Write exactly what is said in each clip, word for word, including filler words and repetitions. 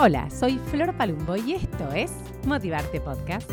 Hola, soy Flor Palumbo y esto es Motivarte Podcast.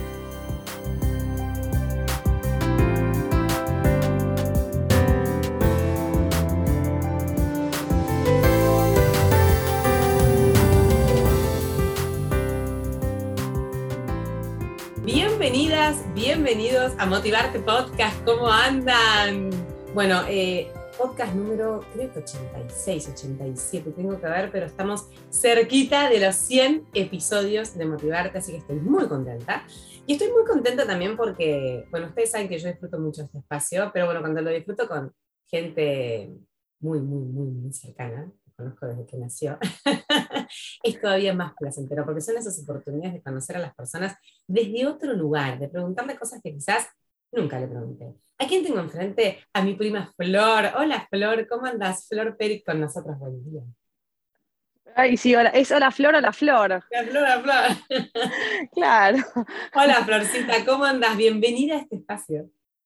Bienvenidas, bienvenidos a Motivarte Podcast. ¿Cómo andan? Bueno, eh, podcast número, creo que ochenta y seis, ochenta y siete, tengo que ver, pero estamos cerquita de los cien episodios de Motivarte, así que estoy muy contenta. Y estoy muy contenta también porque, bueno, ustedes saben que yo disfruto mucho este espacio, pero bueno, cuando lo disfruto con gente muy, muy, muy, muy cercana, que conozco desde que nació, es todavía más placentero, porque son esas oportunidades de conocer a las personas desde otro lugar, de preguntarle cosas que quizás nunca le pregunté. ¿A quién tengo enfrente? A mi prima Flor. Hola Flor, ¿cómo andás? Flor Peric con nosotros, buen día. Ay, sí, hola, es hola Flor, hola Flor. La Flor, la Flor. Claro. Hola Florcita, ¿cómo andás? Bienvenida a este espacio.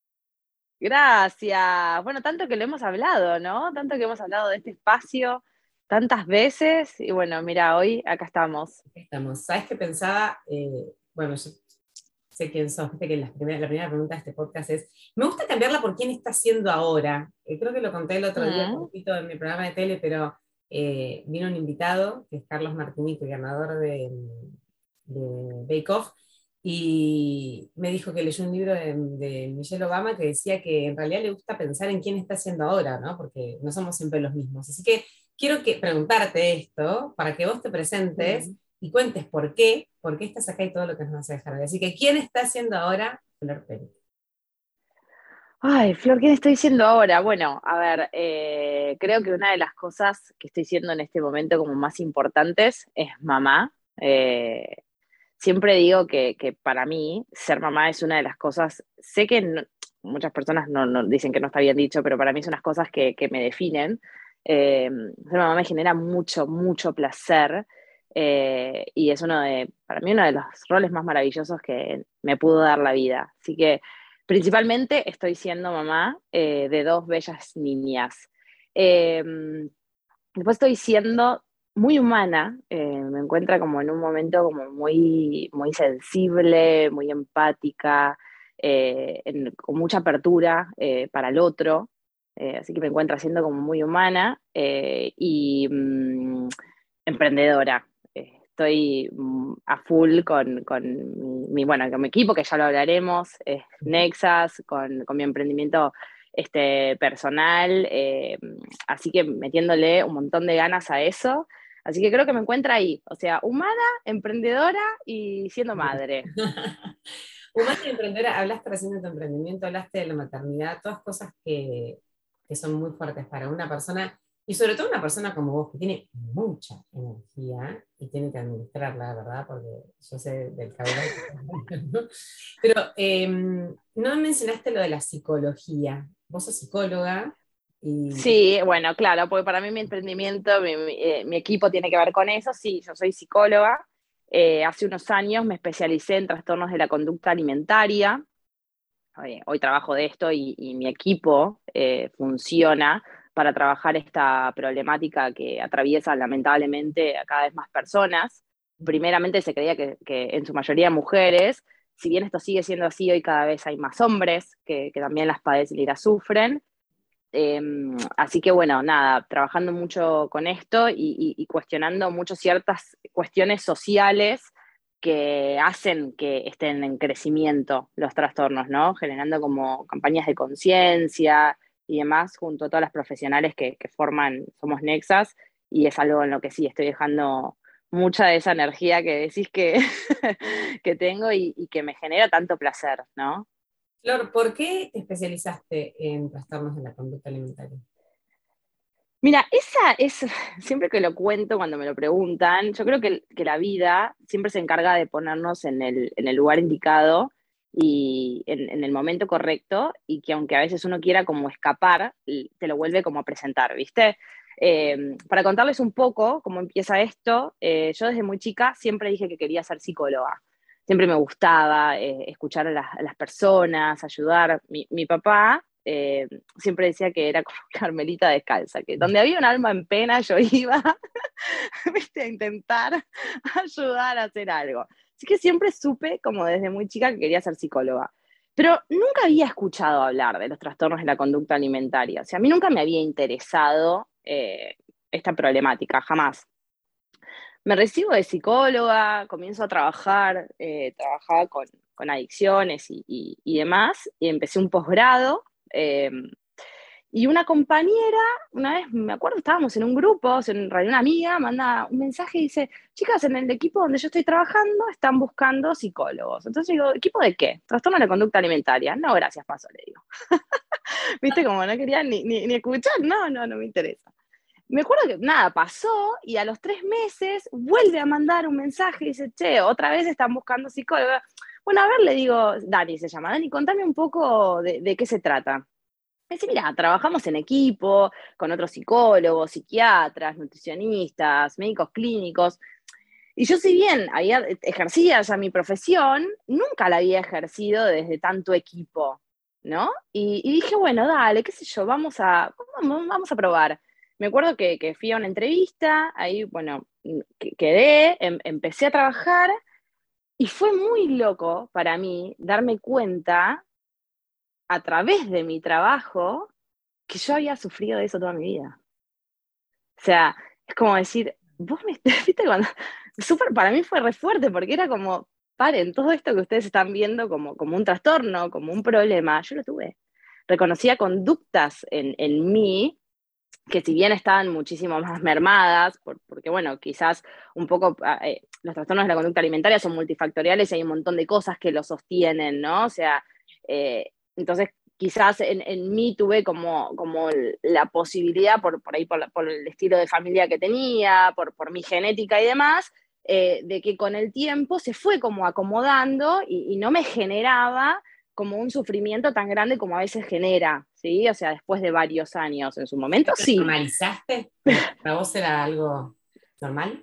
Gracias. Bueno, tanto que lo hemos hablado, ¿no? Tanto que hemos hablado de este espacio tantas veces. Y bueno, mira, hoy acá estamos. Aquí estamos. ¿Sabes qué pensaba? Eh, bueno, yo sé quién sos, viste que la primera, la primera pregunta de este podcast es, me gusta cambiarla por quién está haciendo ahora. Eh, creo que lo conté el otro día, un Mm. poquito en mi programa de tele, pero eh, vino un invitado, que es Carlos Martinique, ganador de, de Bake Off, y me dijo que leyó un libro de, de Michelle Obama que decía que en realidad le gusta pensar en quién está haciendo ahora, ¿no? Porque no somos siempre los mismos. Así que quiero que, preguntarte esto para que vos te presentes Mm. y cuentes por qué, por qué estás acá y todo lo que nos vas a dejar hoy. Así que, ¿quién está haciendo ahora Flor Pérez? Ay, Flor, ¿qué estoy diciendo ahora? Bueno, a ver, eh, creo que una de las cosas que estoy siendo en este momento como más importantes es mamá. Eh, Siempre digo que, que para mí ser mamá es una de las cosas, sé que no- muchas personas no, no- dicen que no está bien dicho, pero para mí son unas cosas que, que me definen. Eh, Ser mamá me genera mucho, mucho placer, eh, y es uno de, para mí uno de los roles más maravillosos que me pudo dar la vida. Así que principalmente estoy siendo mamá eh, de dos bellas niñas. Eh, Después estoy siendo muy humana, eh, me encuentra como en un momento como muy, muy sensible, muy empática, eh, en- con mucha apertura eh, para el otro, eh, así que me encuentra siendo como muy humana eh, y mm, emprendedora. Eh, Estoy mm, a full con, con mi, mi- bueno, con mi equipo, que ya lo hablaremos, es Nexas, con, con mi emprendimiento este, personal, eh, así que metiéndole un montón de ganas a eso. Así que creo que me encuentra ahí, o sea, humana, emprendedora y siendo madre. Humana y emprendedora, hablaste recién de tu emprendimiento, hablaste de la maternidad, todas cosas que, que son muy fuertes para una persona, y sobre todo una persona como vos, que tiene mucha energía y tiene que administrarla, ¿verdad? Porque yo sé del caudal que estás manejando. Pero eh, no mencionaste lo de la psicología. Vos sos psicóloga y... Sí, bueno, claro, porque para mí mi emprendimiento, mi, mi, eh, mi equipo tiene que ver con eso. Sí, yo soy psicóloga. Eh, hace unos años me especialicé en trastornos de la conducta alimentaria. Eh, hoy trabajo de esto y, y mi equipo eh, funciona para trabajar esta problemática que atraviesa lamentablemente a cada vez más personas. Primeramente se creía que, que en su mayoría mujeres, si bien esto sigue siendo así, hoy cada vez hay más hombres que, que también las padecen y las sufren. Eh, Así que bueno, nada, trabajando mucho con esto y, y, y cuestionando mucho ciertas cuestiones sociales que hacen que estén en crecimiento los trastornos, ¿no? Generando como campañas de conciencia y demás junto a todas las profesionales que, que forman Somos Nexas, y es algo en lo que sí estoy dejando mucha de esa energía que decís que, que tengo y, y que me genera tanto placer, ¿no? Flor, ¿por qué te especializaste en trastornos de la conducta alimentaria? Mira, esa es, siempre que lo cuento, cuando me lo preguntan, yo creo que, que la vida siempre se encarga de ponernos en el, en el lugar indicado y en, en el momento correcto, y que aunque a veces uno quiera como escapar, te lo vuelve como a presentar, ¿viste? Eh, para contarles un poco cómo empieza esto, eh, yo desde muy chica siempre dije que quería ser psicóloga. Siempre me gustaba eh, escuchar a las, a las personas, ayudar. Mi, mi papá eh, siempre decía que era como Carmelita descalza, que donde había un alma en pena yo iba ¿viste? A intentar ayudar a hacer algo. Así que siempre supe, como desde muy chica, que quería ser psicóloga. Pero nunca había escuchado hablar de los trastornos de la conducta alimentaria. O sea, a mí nunca me había interesado eh, esta problemática, jamás. Me recibo de psicóloga, comienzo a trabajar, eh, trabajaba con, con adicciones y, y, y demás, y empecé un posgrado. Eh, y una compañera, una vez me acuerdo, estábamos en un grupo, en realidad una amiga, manda un mensaje y dice, chicas, en el equipo donde yo estoy trabajando están buscando psicólogos. Entonces digo, ¿equipo de qué? Trastorno de la conducta alimentaria. No, gracias, paso, le digo. Viste, como no quería ni, ni, ni escuchar, no, no, no me interesa. Me acuerdo que nada, pasó y a los tres meses vuelve a mandar un mensaje y dice, che, otra vez están buscando psicóloga. Bueno, a ver, le digo, Dani se llama, Dani, contame un poco de, de qué se trata. Me dice, mira, trabajamos en equipo con otros psicólogos, psiquiatras, nutricionistas, médicos clínicos. Y yo, si bien había, ejercía ya mi profesión, nunca la había ejercido desde tanto equipo, ¿no? Y, y dije, bueno, dale, qué sé yo, vamos a, vamos, vamos a probar. Me acuerdo que, que fui a una entrevista, ahí, bueno, quedé, em, empecé a trabajar y fue muy loco para mí darme cuenta a través de mi trabajo que yo había sufrido de eso toda mi vida. O sea, es como decir, vos me viste cuando. Súper, para mí fue re fuerte, porque era como, paren, todo esto que ustedes están viendo como, como un trastorno, como un problema, yo lo tuve. Reconocía conductas en, en mí que si bien estaban muchísimo más mermadas, por, porque bueno, quizás un poco eh, los trastornos de la conducta alimentaria son multifactoriales y hay un montón de cosas que lo sostienen, ¿no? O sea, eh, entonces quizás en, en mí tuve como, como la posibilidad, por, por ahí por, la, por el estilo de familia que tenía, por, por mi genética y demás, eh, de que con el tiempo se fue como acomodando y, y no me generaba como un sufrimiento tan grande como a veces genera, ¿sí? O sea, después de varios años. En su momento, ¿Lo sí. normalizaste? ¿Para vos era algo normal?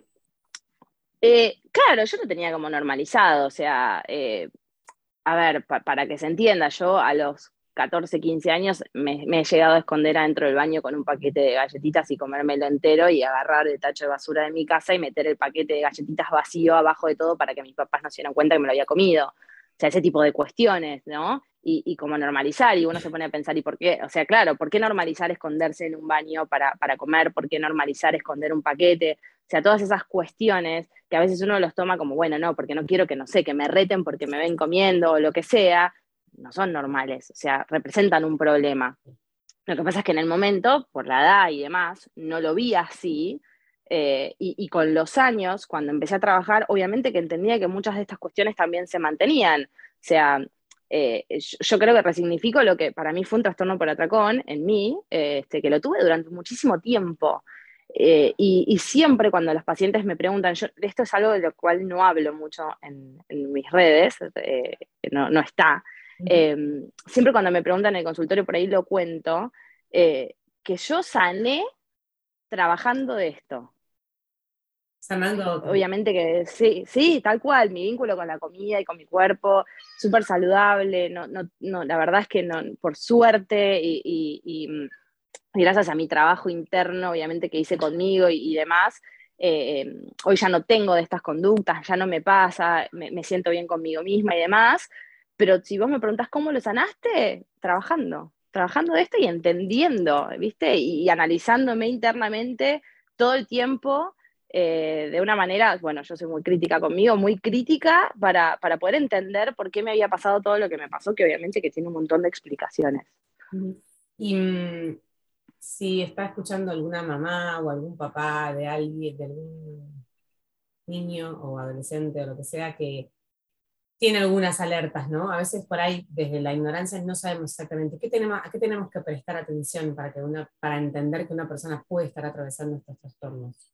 Eh, claro, yo lo tenía como normalizado, o sea, eh, a ver, pa para que se entienda, yo a los catorce, quince años me, me he llegado a esconder adentro del baño con un paquete de galletitas y comérmelo entero y agarrar el tacho de basura de mi casa y meter el paquete de galletitas vacío abajo de todo para que mis papás no se dieran cuenta que me lo había comido. O sea, ese tipo de cuestiones, ¿no? Y, y como normalizar, y uno se pone a pensar, ¿y por qué? O sea, claro, ¿por qué normalizar esconderse en un baño para, para comer? ¿Por qué normalizar esconder un paquete? O sea, todas esas cuestiones que a veces uno los toma como, bueno, no, porque no quiero que, no sé, que me reten porque me ven comiendo o lo que sea, no son normales, o sea, representan un problema. Lo que pasa es que en el momento, por la edad y demás, no lo vi así, eh, y, y con los años, cuando empecé a trabajar, obviamente que entendía que muchas de estas cuestiones también se mantenían. O sea, eh, yo, yo creo que resignifico lo que para mí fue un trastorno por atracón en mí, eh, este, que lo tuve durante muchísimo tiempo. Eh, y, y siempre cuando los pacientes me preguntan, yo, esto es algo de lo cual no hablo mucho en, en mis redes, eh, no, no está. Eh, siempre cuando me preguntan en el consultorio, por ahí lo cuento, eh, que yo sané trabajando de esto. Sanando. Obviamente que sí, sí, tal cual, mi vínculo con la comida y con mi cuerpo, súper saludable, no, no, no, la verdad es que no, por suerte y, y, y, y gracias a mi trabajo interno, obviamente que hice conmigo y, y demás, eh, hoy ya no tengo de estas conductas, ya no me pasa, me, me siento bien conmigo misma y demás, pero si vos me preguntás cómo lo sanaste, trabajando, trabajando de esto y entendiendo, ¿viste? Y, y analizándome internamente todo el tiempo eh, de una manera, bueno, yo soy muy crítica conmigo, muy crítica para, para poder entender por qué me había pasado todo lo que me pasó, que obviamente que tiene un montón de explicaciones. Y mm, si está escuchando alguna mamá o algún papá de alguien, de algún niño o adolescente o lo que sea, que tiene algunas alertas, ¿no? A veces por ahí, desde la ignorancia, no sabemos exactamente qué tenemos, a qué tenemos que prestar atención para, que una, para entender que una persona puede estar atravesando estos trastornos.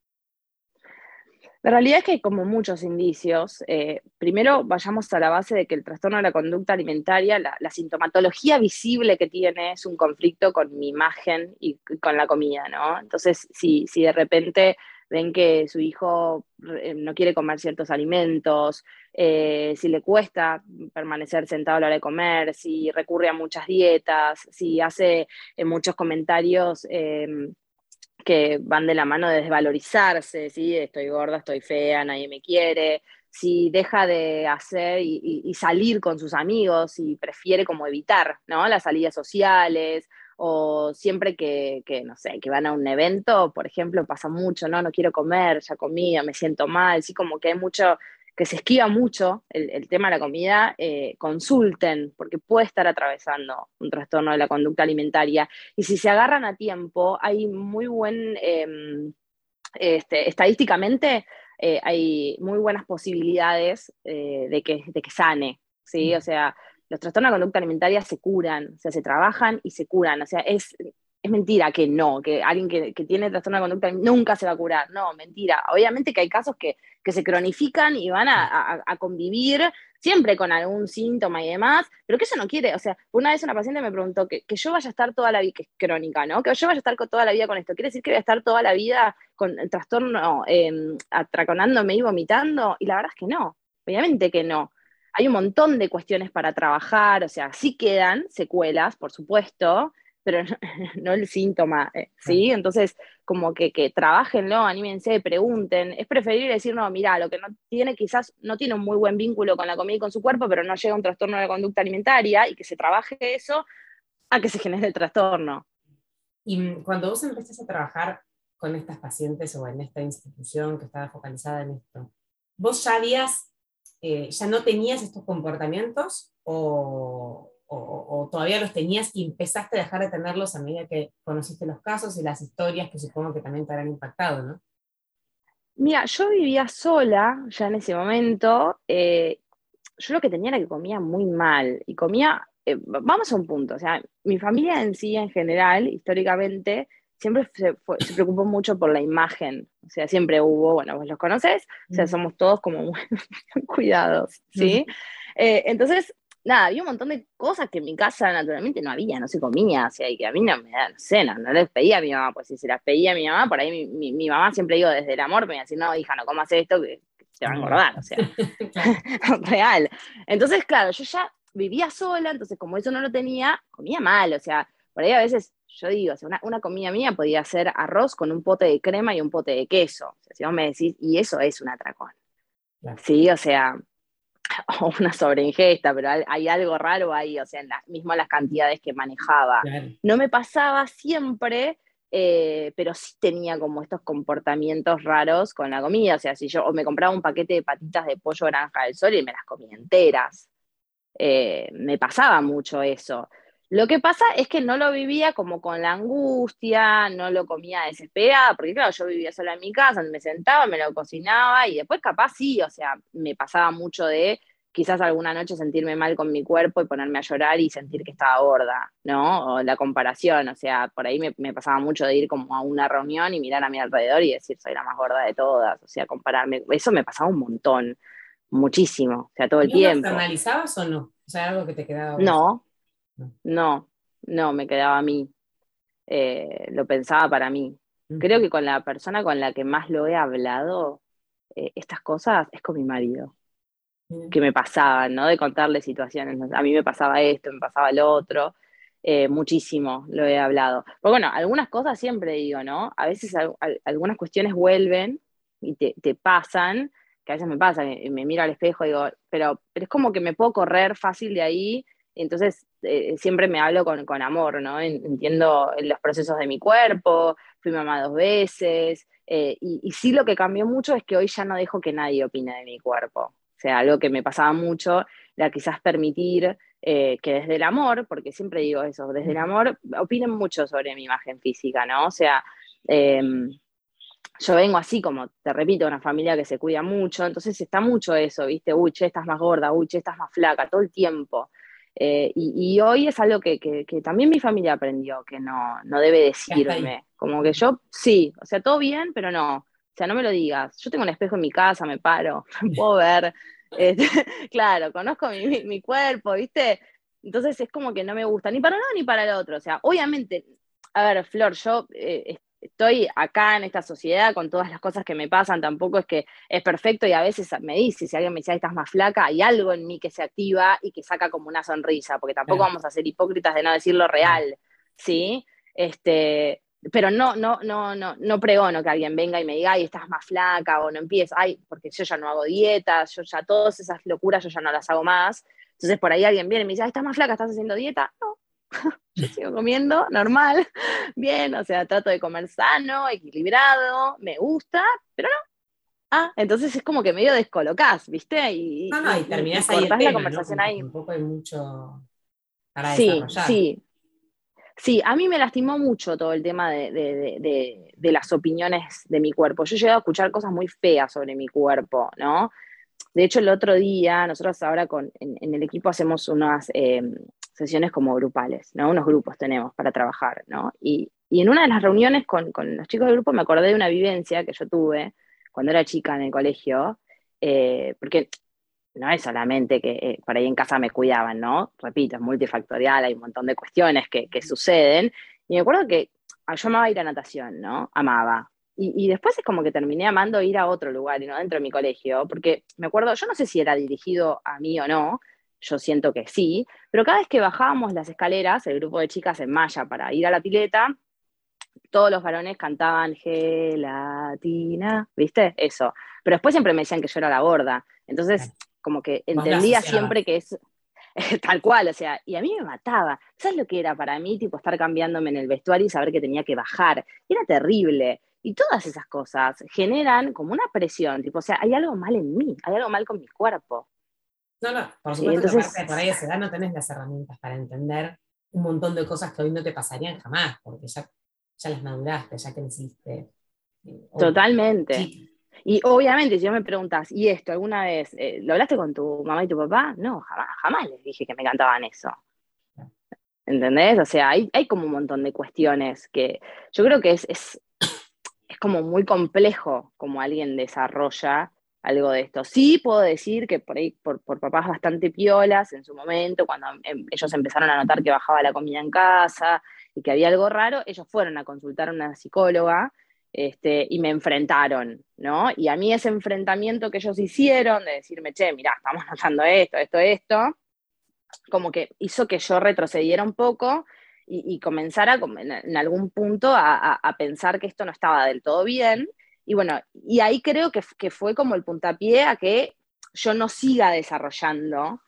La realidad es que hay como muchos indicios. Eh, primero, vayamos a la base de que el trastorno de la conducta alimentaria, la, la sintomatología visible que tiene es un conflicto con mi imagen y, y con la comida, ¿no? Entonces, si, si de repente ven que su hijo eh, no quiere comer ciertos alimentos, eh, si le cuesta permanecer sentado a la hora de comer, si recurre a muchas dietas, si hace eh, muchos comentarios eh, que van de la mano de desvalorizarse, ¿sí? Estoy gorda, estoy fea, nadie me quiere, si deja de hacer y, y, y salir con sus amigos y prefiere como evitar, ¿no? Las salidas sociales, o siempre que, que, no sé, que van a un evento, por ejemplo, pasa mucho, no, no quiero comer, ya comí, me siento mal, sí, como que hay mucho, que se esquiva mucho el, el tema de la comida, eh, consulten, porque puede estar atravesando un trastorno de la conducta alimentaria, y si se agarran a tiempo, hay muy buen, eh, este, estadísticamente, eh, hay muy buenas posibilidades eh, de, que, de que sane, ¿sí? O sea, los trastornos de conducta alimentaria se curan, o sea, se trabajan y se curan, o sea, es, es mentira que no, que alguien que, que tiene trastorno de conducta nunca se va a curar, no, mentira. Obviamente que hay casos que, que se cronifican y van a, a, a convivir siempre con algún síntoma y demás, pero que eso no quiere, o sea, una vez una paciente me preguntó que, que yo vaya a estar toda la vida, que es crónica, ¿no? Que yo vaya a estar con, toda la vida con esto, ¿quiere decir que voy a estar toda la vida con el trastorno eh, atraconándome y vomitando? Y la verdad es que no, obviamente que no. Hay un montón de cuestiones para trabajar, o sea, sí quedan secuelas, por supuesto, pero no, no el síntoma, ¿sí? Entonces, como que, que trabajenlo, anímense, pregunten. Es preferible decir, no, mira, lo que no tiene quizás, no tiene un muy buen vínculo con la comida y con su cuerpo, pero no llega a un trastorno de la conducta alimentaria, y que se trabaje eso, a que se genere el trastorno. Y cuando vos empezaste a trabajar con estas pacientes o en esta institución que estaba focalizada en esto, ¿vos ya habías, eh, ya no tenías estos comportamientos o, o, o todavía los tenías y empezaste a dejar de tenerlos a medida que conociste los casos y las historias que supongo que también te habrán impactado, ¿no? Mira, yo vivía sola ya en ese momento. Eh, yo lo que tenía era que comía muy mal y comía, eh, vamos a un punto, o sea, mi familia en sí, en general, históricamente, siempre se, fue- se preocupó mucho por la imagen, o sea, siempre hubo, bueno, vos los conoces, o sea, Mm. somos todos como muy cuidados, ¿sí? Mm. Eh, entonces, nada, había un montón de cosas que en mi casa naturalmente no había, no se comía, o sea, y que a mí no me da, no sé, no, no les pedía a mi mamá, pues si se las pedía a mi mamá, por ahí mi, mi, mi mamá siempre digo desde el amor, me iba a decir, no, hija, no comas esto, que, que te va a Claro. engordar, o sea, Claro. real. Entonces, claro, yo ya vivía sola, entonces como eso no lo tenía, comía mal, o sea, por ahí a veces, yo digo, o sea, una, una comida mía podía ser arroz con un pote de crema y un pote de queso, o sea, si vos me decís, y eso es un atracón, Claro. ¿sí? O sea, o una sobreingesta, pero hay, hay algo raro ahí, o sea, en la, mismo las cantidades que manejaba. Claro. No me pasaba siempre, eh, pero sí tenía como estos comportamientos raros con la comida, o sea, si yo o me compraba un paquete de patitas de pollo Granja del Sol y me las comía enteras, eh, me pasaba mucho eso. Lo que pasa es que no lo vivía como con la angustia, no lo comía desesperada, porque claro, yo vivía sola en mi casa, me sentaba, me lo cocinaba y después capaz sí, o sea, me pasaba mucho de quizás alguna noche sentirme mal con mi cuerpo y ponerme a llorar y sentir que estaba gorda, ¿no? O la comparación, o sea, por ahí me, me pasaba mucho de ir como a una reunión y mirar a mi alrededor y decir, soy la más gorda de todas, o sea, compararme, eso me pasaba un montón, muchísimo, o sea, todo el ¿Y vos lo tiempo. externalizabas o no? O sea, algo que te quedaba a vos. No, No. no, no, me quedaba a mí, eh, lo pensaba para mí. Creo Ujú. que con la persona con la que más lo he hablado, eh, estas cosas, es con mi marido, Mira. que me pasaban, ¿no? De contarle situaciones, ¿no? A mí me pasaba esto, me pasaba lo otro, eh, muchísimo lo he hablado. Pero bueno, algunas cosas siempre digo, ¿no? A veces al- al- algunas cuestiones vuelven y te, te pasan, que a veces me pasa, me, me miro al espejo y digo, pero, pero es como que me puedo correr fácil de ahí, entonces eh, siempre me hablo con, con amor, ¿no? En- Entiendo los procesos de mi cuerpo, fui mamá dos veces, eh, y, y sí lo que cambió mucho es que hoy ya no dejo que nadie opine de mi cuerpo. O sea, algo que me pasaba mucho era quizás permitir eh, que desde el amor, porque siempre digo eso, desde el amor opinen mucho sobre mi imagen física, ¿no? O sea, eh, yo vengo así, como te repito, de una familia que se cuida mucho, entonces está mucho eso, ¿viste? Uy, che, estás más gorda, uy, che, estás más flaca, todo el tiempo. Eh, y, y hoy es algo que, que, que también mi familia aprendió, que no, no debe Ya está ahí. decirme. Como que yo, sí, o sea, todo bien, pero no. O sea, no me lo digas. Yo tengo un espejo en mi casa, me paro, me puedo ver. Este, claro, conozco mi, mi, mi cuerpo, ¿viste? Entonces es como que no me gusta, ni para uno ni para el otro. O sea, obviamente, a ver, Flor, yo eh, estoy acá en esta sociedad con todas las cosas que me pasan, tampoco es que es perfecto y a veces me dice, si alguien me dice, "Ay, estás más flaca", hay algo en mí que se activa y que saca como una sonrisa, porque tampoco Claro. vamos a ser hipócritas de no decir lo real, ¿sí? Este, pero no, no, no, no, no pregono que alguien venga y me diga, "Ay, estás más flaca", o no empiezo, "Ay", porque yo ya no hago dietas, yo ya todas esas locuras yo ya no las hago más. Entonces por ahí alguien viene y me dice, "Ay, estás más flaca, ¿estás haciendo dieta?". No, yo sigo comiendo normal, bien, o sea, trato de comer sano, equilibrado, me gusta, pero no. Ah, entonces es como que medio descolocás, ¿viste? Y, No, no, y y, y, y terminás ahí el cortás la tema, ¿no? conversación Como que ahí. tampoco hay mucho para Sí, desarrollar. sí, sí, a mí me lastimó mucho todo el tema de, de, de, de, de las opiniones de mi cuerpo. Yo he llegado a escuchar cosas muy feas sobre mi cuerpo, ¿no? De hecho, el otro día, nosotros ahora con, en, en el equipo hacemos unas eh, sesiones como grupales, ¿no? Unos grupos tenemos para trabajar, ¿no? Y, y en una de las reuniones con, con los chicos del grupo me acordé de una vivencia que yo tuve cuando era chica en el colegio, eh, porque no es solamente que eh, por ahí en casa me cuidaban, ¿no? Repito, es multifactorial, hay un montón de cuestiones que, que suceden. Y me acuerdo que ah, yo amaba ir a natación, ¿no? Amaba. Y, y después es como que terminé amando ir a otro lugar y no dentro de mi colegio, porque me acuerdo, yo no sé si era dirigido a mí o no, yo siento que sí, pero cada vez que bajábamos las escaleras, el grupo de chicas en malla para ir a la pileta, todos los varones cantaban gelatina, ¿viste? Eso. Pero después siempre me decían que yo era la gorda. Entonces, Claro. como que Vos lo entendía asociabas. siempre que es tal cual, o sea, y a mí me mataba. ¿Sabes lo que era para mí? Tipo, estar cambiándome en el vestuario y saber que tenía que bajar. Era terrible. Y todas esas cosas generan como una presión, tipo, o sea, hay algo mal en mí, hay algo mal con mi cuerpo. No, no, por ¿Sí? supuesto que aparte Entonces, de por ahí a esa edad no tenés las herramientas para entender un montón de cosas que hoy no te pasarían jamás, porque ya, ya las maduraste, ya creciste. Eh, o totalmente. chica. Y obviamente, si vos me preguntas, ¿y esto alguna vez eh, lo hablaste con tu mamá y tu papá? No, jamás, jamás les dije que me cantaban eso. ¿Entendés? O sea, hay, hay como un montón de cuestiones que yo creo que es, es, es como muy complejo como alguien desarrolla algo de esto. Sí puedo decir que por ahí, por, por papás bastante piolas en su momento, cuando em, ellos empezaron a notar que bajaba la comida en casa y que había algo raro, ellos fueron a consultar a una psicóloga este, y me enfrentaron, ¿no? Y a mí ese enfrentamiento que ellos hicieron, de decirme, che, mirá, estamos notando esto, esto, esto, como que hizo que yo retrocediera un poco y, y comenzara como en, en, algún punto a, a, a, pensar que esto no estaba del todo bien. Y bueno, y ahí creo que, que fue como el puntapié a que yo no siga desarrollando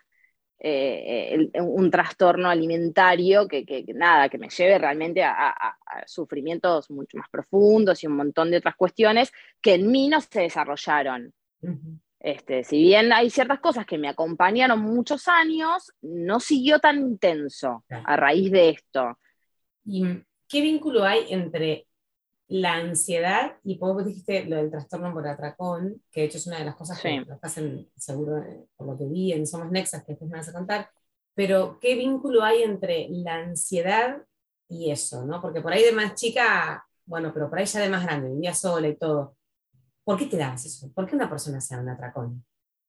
eh, el, un trastorno alimentario que, que, que, nada, que me lleve realmente a, a, a sufrimientos mucho más profundos y un montón de otras cuestiones que en mí no se desarrollaron. Ujú. Este, si bien hay ciertas cosas que me acompañaron muchos años, no siguió tan intenso Claro. a raíz de esto. ¿Y qué vínculo hay entre la ansiedad y vos dijiste lo del trastorno por atracón, que de hecho es una de las cosas que Sí. hacen seguro, eh, por lo que vi en Somos Nexas, que después me vas a contar, pero qué vínculo hay entre la ansiedad y eso, ¿no? Porque por ahí de más chica, bueno, pero por ahí ya de más grande, vivía sola y todo. ¿Por qué te das eso? ¿Por qué una persona se da un atracón?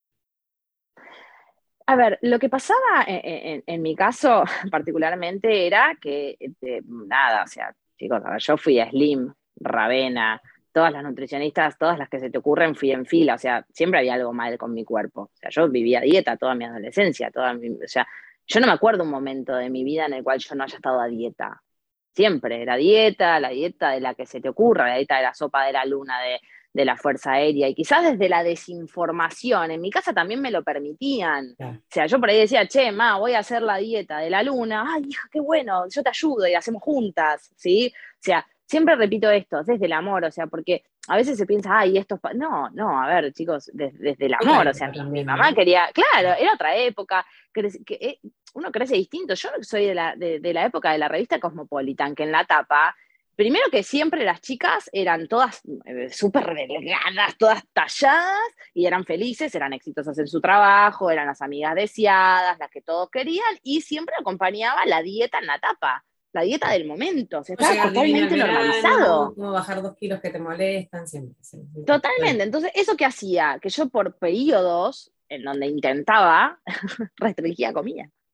A ver, lo que pasaba en, en, en mi caso particularmente era que, eh, nada, o sea, chicos, a ver, yo fui a Slim, Ravena, todas las nutricionistas, todas las que se te ocurren, fui en fila, o sea, siempre había algo mal con mi cuerpo. O sea, yo vivía dieta toda mi adolescencia, toda mi, o sea, yo no me acuerdo un momento de mi vida en el cual yo no haya estado a dieta. Siempre era dieta, la dieta de la que se te ocurra, la dieta de la sopa de la luna, de, de la Fuerza Aérea, y quizás desde la desinformación, en mi casa también me lo permitían. Claro. O sea, yo por ahí decía, che, ma, voy a hacer la dieta de la luna, ay, hija, qué bueno, yo te ayudo y la hacemos juntas, ¿sí? O sea, siempre repito esto, desde el amor, o sea, porque a veces se piensa, ay, esto es... Pa-". No, no, a ver, chicos, desde, desde el Otra amor, o sea, época mi, mi también, mamá ¿no? quería, claro, era otra época, que, que, eh, uno crece distinto. Yo soy de la, de, de la época de la revista Cosmopolitan, que en la tapa, primero que siempre las chicas eran todas eh, súper delgadas, todas talladas, y eran felices, eran exitosas en su trabajo, eran las amigas deseadas, las que todos querían, y siempre acompañaba la dieta en la tapa, la dieta del momento, o sea, Cómo estaba llegar divino al totalmente verano, normalizado. cómo bajar dos kilos que te molestan, siempre. Sí, sí, bueno, Totalmente. Entonces, ¿eso qué hacía? Que yo por periodos, en donde intentaba, restringía comida.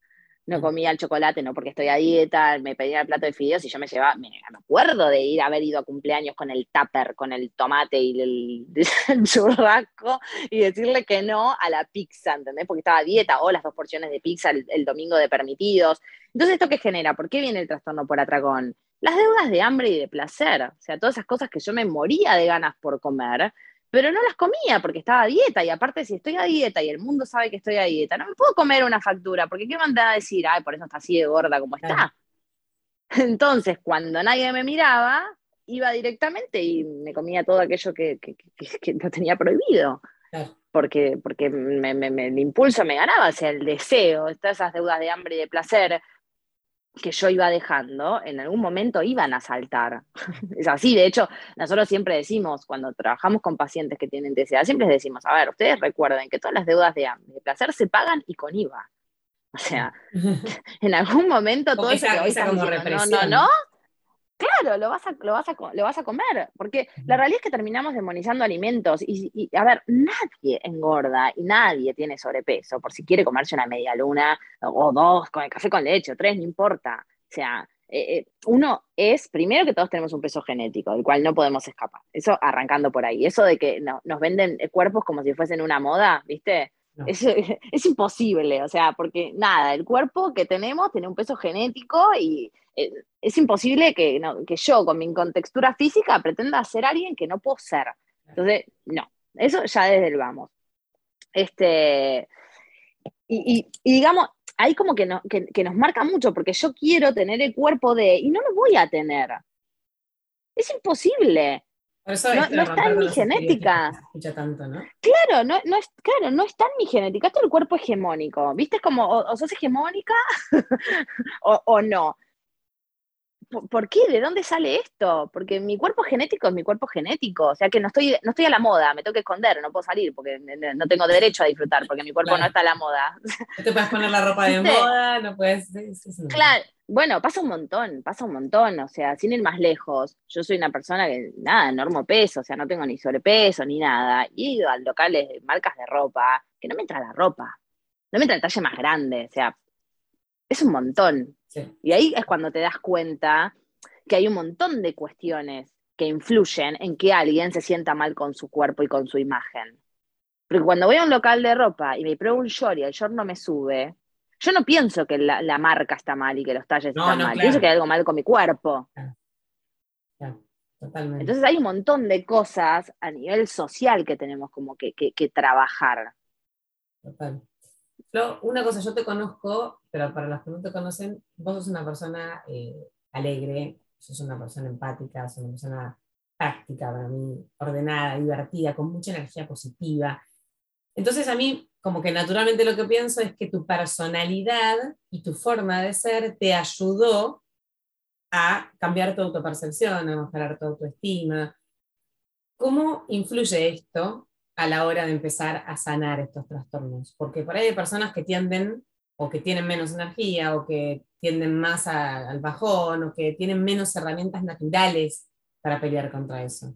No comía el chocolate, no porque estoy a dieta, me pedía el plato de fideos y yo me llevaba, me, me acuerdo de ir a haber ido a cumpleaños con el tupper, con el tomate y el, el churrasco y decirle que no a la pizza, ¿entendés? Porque estaba a dieta, o las dos porciones de pizza el, el domingo de permitidos. Entonces, ¿esto qué genera? ¿Por qué viene el trastorno por atracón? Las deudas de hambre y de placer, o sea, todas esas cosas que yo me moría de ganas por comer, pero no las comía porque estaba a dieta, y aparte si estoy a dieta y el mundo sabe que estoy a dieta, no me puedo comer una factura, porque ¿qué me van a decir? Ay, por eso está así de gorda como Claro. está. Entonces, cuando nadie me miraba, iba directamente y me comía todo aquello que, que, que, que lo tenía prohibido. Claro. Porque, porque me, me, me, el impulso me ganaba, o sea, el deseo, todas esas deudas de hambre y de placer que yo iba dejando, en algún momento iban a saltar. Es así, de hecho, nosotros siempre decimos, cuando trabajamos con pacientes que tienen T C A, siempre les decimos, a ver, ustedes recuerden que todas las deudas de hambre, de placer se pagan y con I V A. O sea, en algún momento todo esa, eso que hoy esa están como diciendo, no, represión. no, no, claro, lo vas a, lo vas a, lo vas a comer, porque la realidad es que terminamos demonizando alimentos y, y, a ver, nadie engorda y nadie tiene sobrepeso por si quiere comerse una media luna o dos con el café con leche o tres, no importa. O sea, eh, uno es, primero que todos tenemos un peso genético, del cual no podemos escapar. Eso arrancando por ahí. Eso de que no, nos venden cuerpos como si fuesen una moda, ¿viste? No. Es, es imposible, o sea, porque nada, el cuerpo que tenemos tiene un peso genético y eh, es imposible que, no, que yo con mi incontextura física pretenda ser alguien que no puedo ser. Entonces, no, eso ya desde el vamos. Este, y, y, y digamos, ahí como que, no, que, que nos marca mucho, porque yo quiero tener el cuerpo de, y no lo voy a tener. Es imposible. Por eso no, esto no de está romper en con mi los estereotipos que se genética. escucha tanto, ¿no? Claro, no, no es, claro, no está en mi genética. Esto es el cuerpo hegemónico. ¿Viste? Es como, o, o sos hegemónica o, o no. ¿Por qué? ¿De dónde sale esto? Porque mi cuerpo genético es mi cuerpo genético, o sea que no estoy, no estoy a la moda, me tengo que esconder, no puedo salir porque no tengo derecho a disfrutar porque mi cuerpo Claro. no está a la moda. No te puedes poner la ropa de ¿Viste? moda, no puedes... Sí, sí, sí. Claro, bueno, pasa un montón, pasa un montón, o sea, sin ir más lejos, yo soy una persona que, nada, enorme peso, o sea, no tengo ni sobrepeso ni nada, y he ido a locales de marcas de ropa, que no me entra la ropa, no me entra el talle más grande, o sea, es un montón. Sí. Y ahí es cuando te das cuenta que hay un montón de cuestiones que influyen en que alguien se sienta mal con su cuerpo y con su imagen. Porque cuando voy a un local de ropa y me pruebo un short y el short no me sube, yo no pienso que la, la marca está mal y que los talles No, están no, mal. claro. Pienso que hay algo mal con mi cuerpo. Claro, claro, totalmente. Entonces hay un montón de cosas a nivel social que tenemos como que, que, que trabajar. Total. Flo, una cosa, yo te conozco, pero para los que no te conocen, vos sos una persona eh, alegre, sos una persona empática, sos una persona práctica para mí, ordenada, divertida, con mucha energía positiva. Entonces a mí, como que naturalmente lo que pienso es que tu personalidad y tu forma de ser te ayudó a cambiar tu autopercepción, a mejorar tu autoestima. ¿Cómo influye esto a la hora de empezar a sanar estos trastornos? Porque por ahí hay personas que tienden o que tienen menos energía o que tienden más a, al bajón o que tienen menos herramientas naturales para pelear contra eso.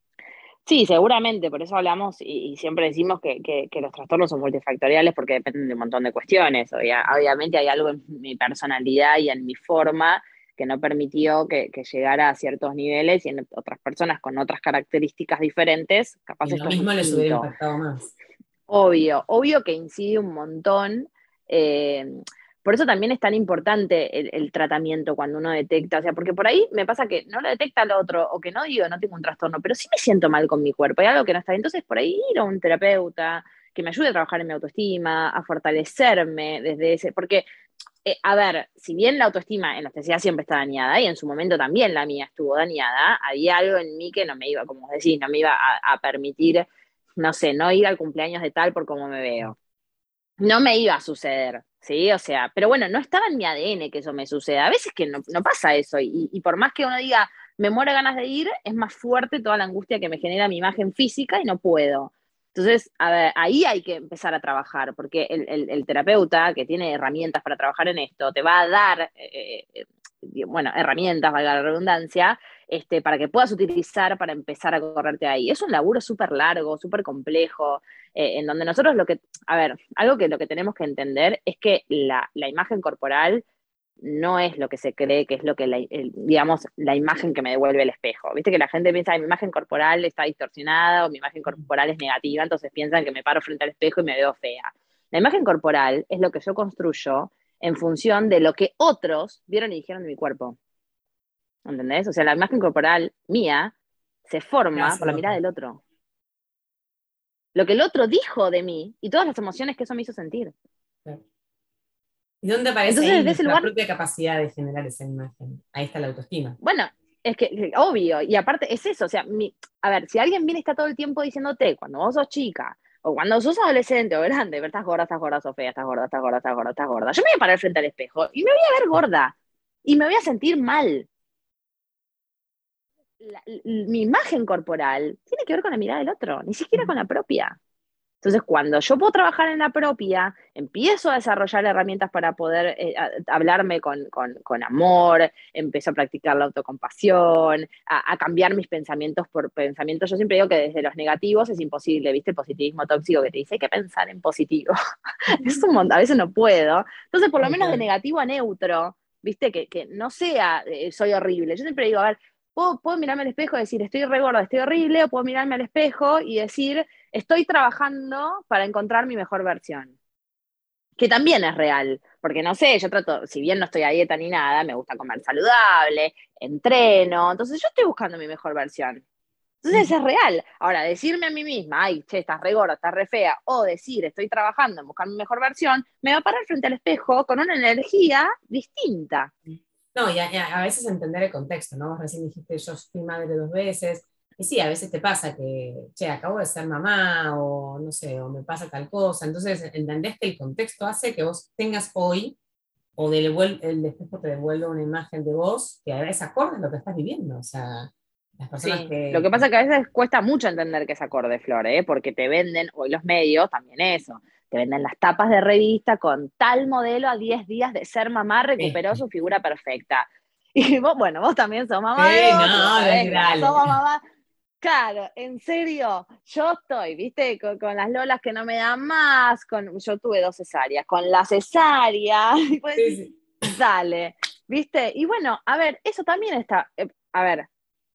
Sí, seguramente, por eso hablamos y, y siempre decimos que, que, que los trastornos son multifactoriales porque dependen de un montón de cuestiones. Obvia, obviamente hay algo en mi personalidad y en mi forma que no permitió que, que llegara a ciertos niveles y en otras personas con otras características diferentes, capaz Y lo esto es mismo les hubiera distinto. impactado más. Obvio, obvio que incide un montón. Eh, por eso también es tan importante el, el tratamiento cuando uno detecta, o sea, porque por ahí me pasa que no lo detecta el otro, o que no digo, no tengo un trastorno, pero sí me siento mal con mi cuerpo, hay algo que no está bien. Entonces, por ahí ir a un terapeuta que me ayude a trabajar en mi autoestima, a fortalecerme desde ese, porque, eh, a ver, si bien la autoestima en la sociedad siempre está dañada, y en su momento también la mía estuvo dañada, había algo en mí que no me iba, como vos decís, no me iba a, a permitir, no sé, no ir al cumpleaños de tal por cómo me veo. No me iba a suceder, ¿sí? O sea, pero bueno, no estaba en mi A D N que eso me suceda. A veces que no, no pasa eso, y, y por más que uno diga, me muero de ganas de ir, es más fuerte toda la angustia que me genera mi imagen física y no puedo. Entonces, a ver, ahí hay que empezar a trabajar, porque el, el, el terapeuta que tiene herramientas para trabajar en esto, te va a dar eh, bueno, herramientas, valga la redundancia, este, para que puedas utilizar para empezar a correrte ahí. Es un laburo súper largo, súper complejo, eh, en donde nosotros lo que, a ver, algo que lo que tenemos que entender es que la, la imagen corporal no es lo que se cree que es lo que, la, el, digamos, la imagen que me devuelve el espejo. Viste que la gente piensa que mi imagen corporal está distorsionada o mi imagen corporal es negativa, entonces piensan que me paro frente al espejo y me veo fea. La imagen corporal es lo que yo construyo en función de lo que otros vieron y dijeron de mi cuerpo. ¿Entendés? O sea, la imagen corporal mía se forma por la mirada del otro. Lo que el otro dijo de mí y todas las emociones que eso me hizo sentir. ¿Y dónde aparece Entonces, ahí desde ese nuestra lugar, propia capacidad de generar esa imagen? Ahí está la autoestima. bueno, es que, que obvio, y aparte es eso, o sea, mi, a ver, si alguien viene y está todo el tiempo diciéndote, cuando vos sos chica, o cuando sos adolescente o grande, ver, estás gorda, estás gorda, sos fea, estás gorda, estás gorda, estás gorda, estás gorda, yo me voy a parar frente al espejo y me voy a ver gorda, y me voy a sentir mal. La, la, mi imagen corporal tiene que ver con la mirada del otro, ni siquiera con la propia. Entonces, cuando yo puedo trabajar en la propia, empiezo a desarrollar herramientas para poder eh, a, hablarme con, con, con amor, empiezo a practicar la autocompasión, a, a cambiar mis pensamientos por pensamientos. Yo siempre digo que desde los negativos es imposible, ¿viste? El positivismo tóxico que te dice hay que pensar en positivo. Es un montón, a veces no puedo. Entonces, por lo menos de negativo a neutro, ¿viste? Que, que no sea eh, soy horrible. Yo siempre digo, a ver, Puedo, puedo mirarme al espejo y decir, estoy re gorda, estoy horrible, o puedo mirarme al espejo y decir, estoy trabajando para encontrar mi mejor versión. Que también es real, porque no sé, yo trato, si bien no estoy a dieta ni nada, me gusta comer saludable, entreno, entonces yo estoy buscando mi mejor versión. Entonces es real. Ahora, decirme a mí misma, ay, che, estás re gorda, estás re fea, o decir, estoy trabajando en buscar mi mejor versión, me va a parar frente al espejo con una energía distinta. No, y a, y a veces entender el contexto, ¿no? Vos recién dijiste, yo fui madre dos veces, y sí, a veces te pasa que, che, acabo de ser mamá, o no sé, o me pasa tal cosa, entonces entendés que el contexto hace que vos tengas hoy, o del, el espejo te devuelve una imagen de vos que a veces acorde a lo que estás viviendo, o sea, las personas Sí, que... lo que pasa es que a veces cuesta mucho entender que es acorde, Flor, ¿eh? Porque te venden, hoy los medios, también eso, te venden las tapas de revista con tal modelo a diez días de ser mamá Sí, recuperó su figura perfecta. Y vos, bueno, vos también sos mamá de sí, dos, y vos no, sabés que cuando dale. somos mamá, claro, en serio, yo estoy, viste, con, con las lolas que no me dan más, con, yo tuve dos cesáreas, con la cesárea, y pues Sí, sí. dale, viste, y bueno, a ver, eso también está, eh, a ver,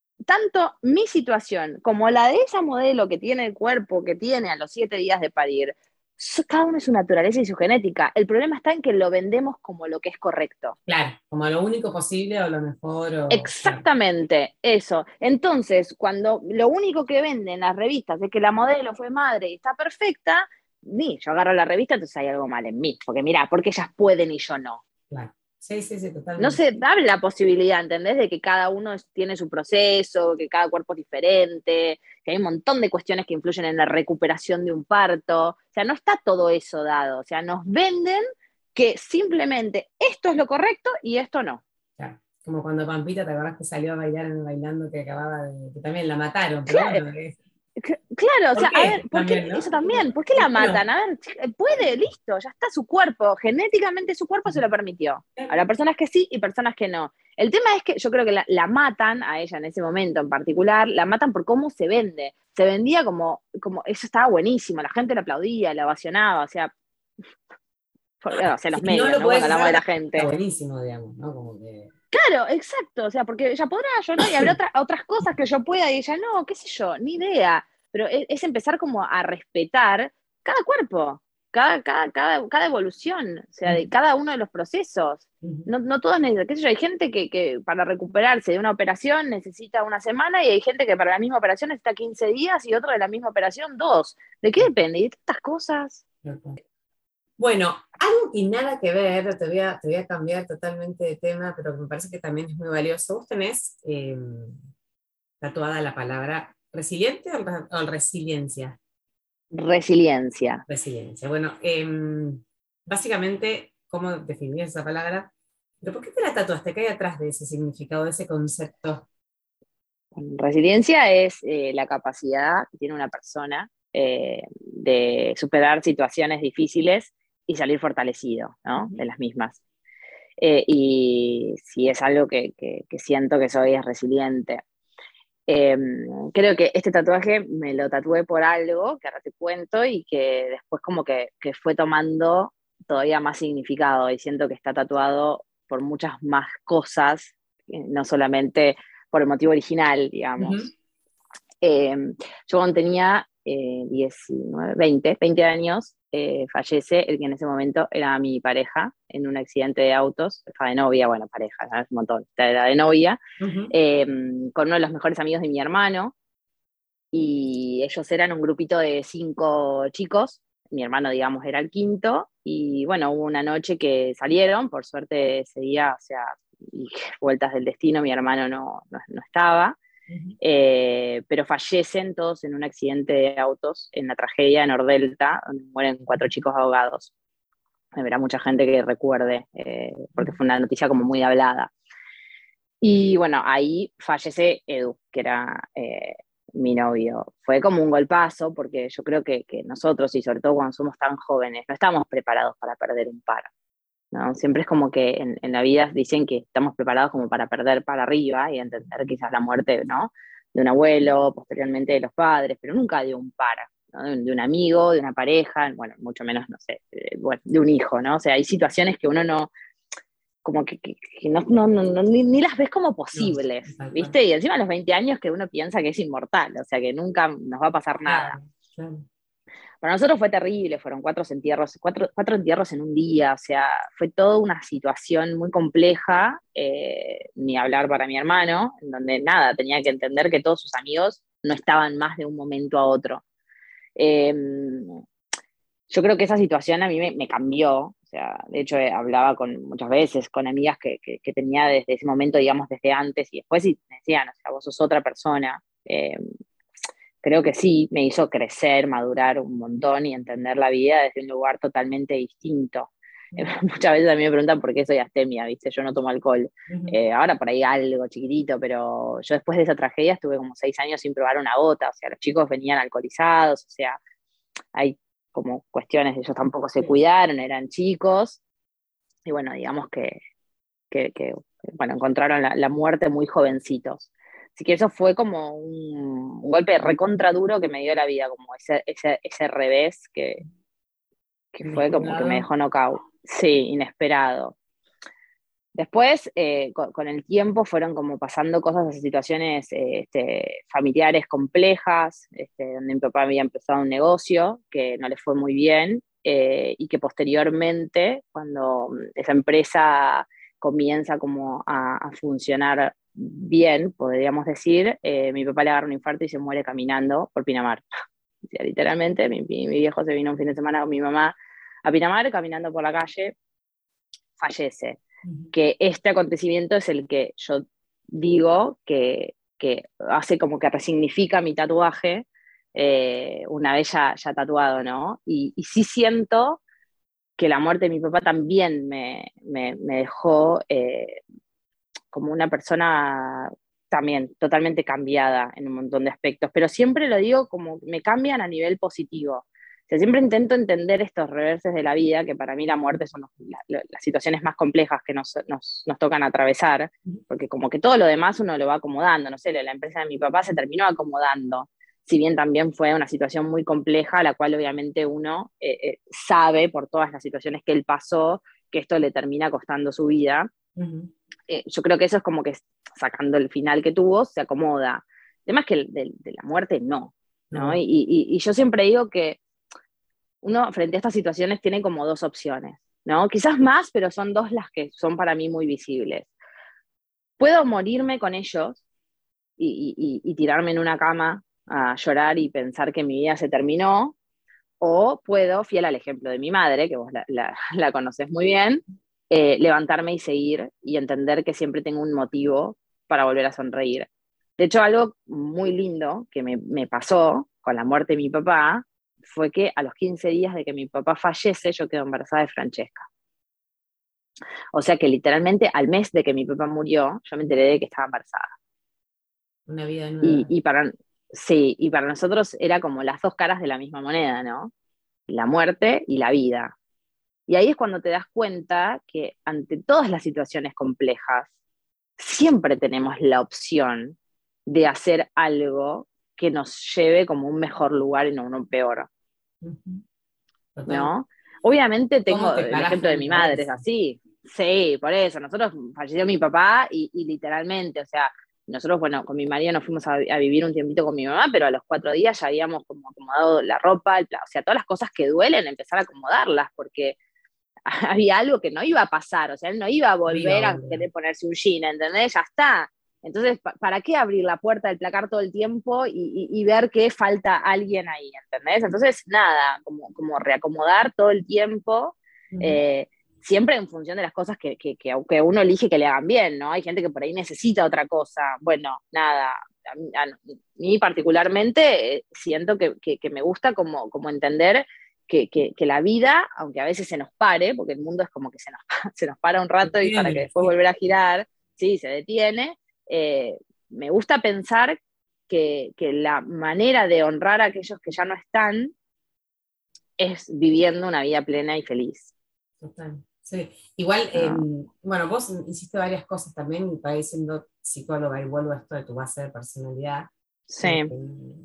tanto mi situación como la de esa modelo que tiene el cuerpo que tiene a los siete días de parir, cada uno es su naturaleza y su genética. El problema está en que lo vendemos como lo que es correcto. Claro, como lo único posible o lo mejor, o claro. Exactamente, eso. Entonces, cuando lo único que venden en las revistas es que la modelo fue madre y está perfecta, ni yo agarro la revista, entonces hay algo mal en mí. Porque mira, porque ellas pueden y yo no. Claro. Sí, sí, sí, No totalmente. se abre la posibilidad, ¿entendés? De que cada uno tiene su proceso, que cada cuerpo es diferente, que hay un montón de cuestiones que influyen en la recuperación de un parto. O sea, no está todo eso dado. O sea, nos venden que simplemente esto es lo correcto y esto no. Claro. Como cuando Pampita, ¿te acordás que salió a bailar en el bailando que acababa de, que también la mataron? Pero Claro, bueno, es- claro, o ¿por sea, a ver, qué? ¿por qué También, ¿no? eso también? ¿Por qué la ¿Por qué no? matan? A ver, puede, listo, ya está su cuerpo, genéticamente su cuerpo se lo permitió. Habrá personas que sí y personas que no. El tema es que yo creo que la, la matan a ella en ese momento en particular, la matan por cómo se vende. Se vendía como, como eso estaba buenísimo, la gente lo aplaudía, lo ovacionaba, o sea, por- o sea, los Si no medios, lo ¿no? Cuando puedes hablamos de hacer, la está gente. buenísimo, digamos, ¿no? Como que... Claro, exacto, o sea, porque ella podrá, yo no, y habrá otra- otras cosas que yo pueda y ella no, qué sé yo, ni idea. Pero es, es empezar como a respetar cada cuerpo, cada, cada, cada, cada evolución, o sea, de cada uno de los procesos. Ujú. No, no todos necesitan, qué sé yo, hay gente que, que para recuperarse de una operación necesita una semana y hay gente que para la misma operación necesita quince días y otro de la misma operación dos. ¿De qué depende? Y de tantas cosas. Bueno, algo que nada que ver, te voy a, te voy a cambiar totalmente de tema, pero que me parece que también es muy valioso. Vos tenés eh, tatuada la palabra resiliente o, re- o resiliencia. Resiliencia. Resiliencia. Bueno, eh, básicamente, ¿cómo definir esa palabra? ¿Pero por qué te la tatuaste? ¿Qué hay atrás de ese significado, de ese concepto? Resiliencia es eh, la capacidad que tiene una persona eh, de superar situaciones difíciles y salir fortalecido, ¿no? De las mismas. Eh, y sí es algo que, que, que siento que soy es resiliente. Eh, Creo que este tatuaje me lo tatué por algo, que ahora te cuento, y que después como que, que fue tomando todavía más significado y siento que está tatuado por muchas más cosas, eh, no solamente por el motivo original, Ujú. digamos. Eh, yo cuando tenía eh, diecinueve, veinte, veinte años, eh, fallece el que en ese momento era mi pareja en un accidente de autos, estaba de novia, bueno, pareja, ¿sabes? Un montón, era de novia, Ujú. eh, con uno de los mejores amigos de mi hermano, y ellos eran un grupito de cinco chicos, mi hermano, digamos, era el quinto, y bueno, hubo una noche que salieron, por suerte ese día, o sea, y vueltas del destino, mi hermano no, no, no estaba, Ujú. eh, pero fallecen todos en un accidente de autos en la tragedia de Nordelta, donde mueren cuatro chicos ahogados. Habrá mucha gente que recuerde, eh, porque fue una noticia como muy hablada. Y bueno, ahí fallece Edu, que era eh, mi novio. Fue como un golpazo, porque yo creo que, que nosotros, y sobre todo cuando somos tan jóvenes, no estamos preparados para perder un par, ¿no? Siempre es como que en, en la vida dicen que estamos preparados como para perder para arriba y entender quizás la muerte, ¿no? De un abuelo, posteriormente de los padres, pero nunca de un par, ¿no? De, un, de un amigo, de una pareja, bueno, mucho menos, no sé, de, bueno, de un hijo, ¿no? O sea, hay situaciones que uno no, como que, que, que no, no, no, no ni, ni, las ves como No, posibles, tal cual. ¿viste? Y encima a los veinte años que uno piensa que es inmortal, o sea, que nunca nos va a pasar nada. Claro, claro. Para nosotros fue terrible, fueron cuatro entierros, cuatro, cuatro entierros en un día, o sea, fue toda una situación muy compleja, eh, ni hablar para mi hermano, en donde nada, tenía que entender que todos sus amigos no estaban más de un momento a otro. Eh, yo creo que esa situación a mí me, me cambió, o sea, de hecho eh, hablaba con, muchas veces con amigas que, que, que tenía desde ese momento, digamos, desde antes, y después y me decían, o sea, vos sos otra persona. Eh, creo que sí, me hizo crecer, madurar un montón y entender la vida desde un lugar totalmente distinto. Eh, Ujú. muchas veces a mí me preguntan por qué soy astemia, ¿viste? Yo no tomo alcohol. Ujú. Eh, ahora por ahí algo chiquitito, pero yo después de esa tragedia estuve como seis años sin probar una gota, o sea, los chicos venían alcoholizados, o sea, hay como cuestiones, ellos tampoco se Sí. cuidaron, eran chicos, y bueno, digamos que, que, que bueno, encontraron la, la muerte muy jovencitos. Así que eso fue como un, un golpe recontra duro que me dio la vida, como ese, ese, ese revés que, que fue como que me Inesperado. dejó knockout. Sí, inesperado. Después, eh, con, con, el tiempo, fueron como pasando cosas, situaciones eh, este, familiares complejas, este, donde mi papá había empezado un negocio que no le fue muy bien, eh, y que posteriormente, cuando esa empresa comienza como a, a funcionar bien, podríamos decir, eh, mi papá le agarra un infarto y se muere caminando por Pinamar. O sea, literalmente, mi, mi, mi viejo se vino un fin de semana con mi mamá a Pinamar, caminando por la calle, fallece. Ujú. Que este acontecimiento es el que yo digo que, que hace como que resignifica mi tatuaje, eh, una vez ya, ya tatuado, ¿no? Y, y, sí siento que la muerte de mi papá también me, me, me dejó eh, como una persona también totalmente cambiada en un montón de aspectos, pero siempre lo digo como me cambian a nivel positivo. O sea, siempre intento entender estos reverses de la vida, que para mí la muerte son los, la, las situaciones más complejas que nos, nos, nos tocan atravesar, porque como que todo lo demás uno lo va acomodando, no sé, la empresa de mi papá se terminó acomodando, si bien también fue una situación muy compleja, la cual obviamente uno eh, eh, sabe por todas las situaciones que él pasó, que esto le termina costando su vida. Ujú. Eh, yo creo que eso es como que sacando el final que tuvo, se acomoda. El tema es que el, de, de, la muerte no, ¿no? No. Y, y, y, yo siempre digo que uno frente a estas situaciones tiene como dos opciones, ¿no? Quizás más, pero son dos las que son para mí muy visibles. Puedo morirme con ellos y, y, y tirarme en una cama a llorar y pensar que mi vida se terminó, o puedo, fiel al ejemplo de mi madre, que vos la, la, la conoces muy bien, eh, levantarme y seguir y entender que siempre tengo un motivo para volver a sonreír. De hecho, algo muy lindo que me, me pasó con la muerte de mi papá fue que a los quince días de que mi papá fallece, yo quedo embarazada de Francesca. O sea que literalmente al mes de que mi papá murió, yo me enteré de que estaba embarazada. Una vida Y, nueva. y para, sí, y para nosotros era como las dos caras de la misma moneda, ¿no? La muerte y la vida. Y ahí es cuando te das cuenta que ante todas las situaciones complejas, siempre tenemos la opción de hacer algo que nos lleve como a un mejor lugar y no a uno peor, Ujú. Total. ¿no? Obviamente ¿Cómo tengo te el paras ejemplo de mi frente a madre, es eso? así. Sí, por eso. Nosotros falleció mi papá y, y literalmente, o sea, nosotros, bueno, con mi marido nos fuimos a, a vivir un tiempito con mi mamá, pero a los cuatro días ya habíamos como acomodado la ropa, el pla- o sea, todas las cosas que duelen, empezar a acomodarlas, porque había algo que no iba a pasar, o sea, él no iba a Viva, volver a boludo. querer ponerse un jean, ¿entendés? Ya está. Entonces, ¿pa- ¿para qué abrir la puerta del placar todo el tiempo y, y- y ver que falta alguien ahí, ¿entendés? Entonces, nada, como, como reacomodar todo el tiempo, Ujú. eh, siempre en función de las cosas que, que, que, que uno elige que le hagan bien, ¿no? Hay gente que por ahí necesita otra cosa. Bueno, nada, a mí, a mí particularmente eh, siento que, que, que me gusta como, como entender que, que, que, la vida, aunque a veces se nos pare, porque el mundo es como que se nos, se nos para un Te rato y para que tiene, después sí. volver a girar, sí, se detiene, eh, me gusta pensar que, que la manera de honrar a aquellos que ya no están es viviendo una vida plena y feliz. Total. Sí. Igual, eh, ¿No? bueno, vos hiciste varias cosas también, y para siendo psicóloga, y vuelvo a esto de tu base de personalidad, eh, Sí.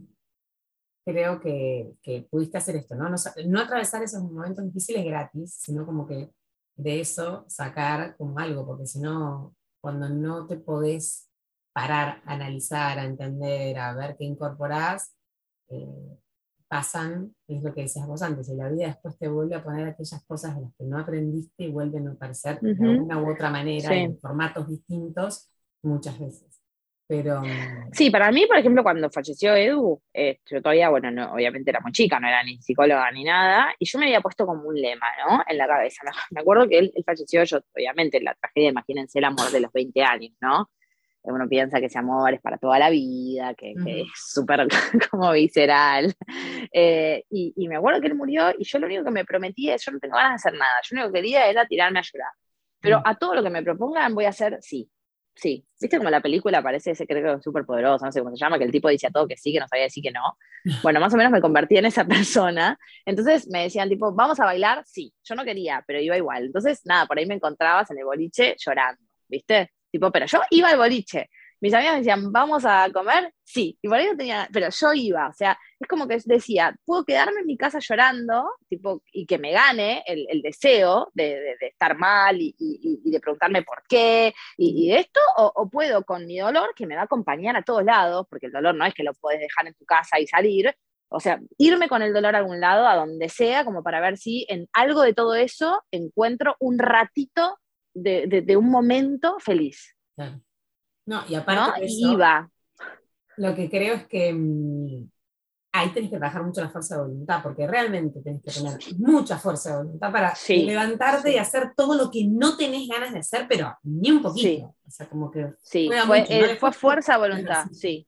creo que, que pudiste hacer esto, ¿no? No, sa- no atravesar esos momentos difíciles gratis, sino como que de eso sacar como algo, porque si no, cuando no te podés parar, a analizar, a entender, a ver qué incorporás, eh, pasan, es lo que decías vos antes, y la vida después te vuelve a poner aquellas cosas de las que no aprendiste y vuelven a aparecer de Uh-huh. alguna u otra manera y Sí. en formatos distintos muchas veces. Pero, mm, Sí, para mí, por ejemplo, cuando falleció Edu, eh, yo todavía, bueno, no, obviamente era muy chica, no era ni psicóloga ni nada, y yo me había puesto como un lema, ¿no? En la cabeza. Me, me acuerdo que él, él falleció, yo, obviamente, la tragedia, imagínense el amor de los veinte años, ¿no? Uno piensa que ese amor es para toda la vida, que, que es ujú, súper como visceral. Eh, y, y me acuerdo que él murió y yo lo único que me prometí es, yo no tengo ganas de hacer nada, yo lo único que quería era tirarme a llorar. Pero mm, a todo lo que me propongan voy a hacer sí. Sí, viste como la película parece ese creo que es súper poderoso, no sé cómo se llama, que el tipo dice a todo que sí, que no sabía decir que no. Bueno, más o menos me convertí en esa persona. Entonces me decían tipo, vamos a bailar, sí. Yo no quería, pero iba igual. Entonces, nada, por ahí me encontrabas en el boliche llorando, ¿viste? Tipo, pero yo iba al boliche. Mis amigas me decían, ¿vamos a comer? Sí. Y por ahí no tenía, pero yo iba. O sea, es como que decía, puedo quedarme en mi casa llorando, tipo, y que me gane el, el deseo de, de, de, estar mal y, y, y de preguntarme por qué y, y de esto, o, o puedo con mi dolor, que me va a acompañar a todos lados, porque el dolor no es que lo puedes dejar en tu casa y salir. O sea, irme con el dolor a algún lado, a donde sea, como para ver si en algo de todo eso encuentro un ratito de, de, de un momento feliz, claro. No, y aparte ¿no? de Y eso, iba. lo que creo es que mm, ahí tenés que trabajar mucho la fuerza de voluntad, porque realmente tenés que tener mucha fuerza de voluntad para Sí, levantarte y sí, hacer todo lo que no tenés ganas de hacer, pero ni un sí, poquito. O sea, como que sí. juega Fue, mucho, ¿no? eh, fue Después, fuerza de pero voluntad, sí. sí,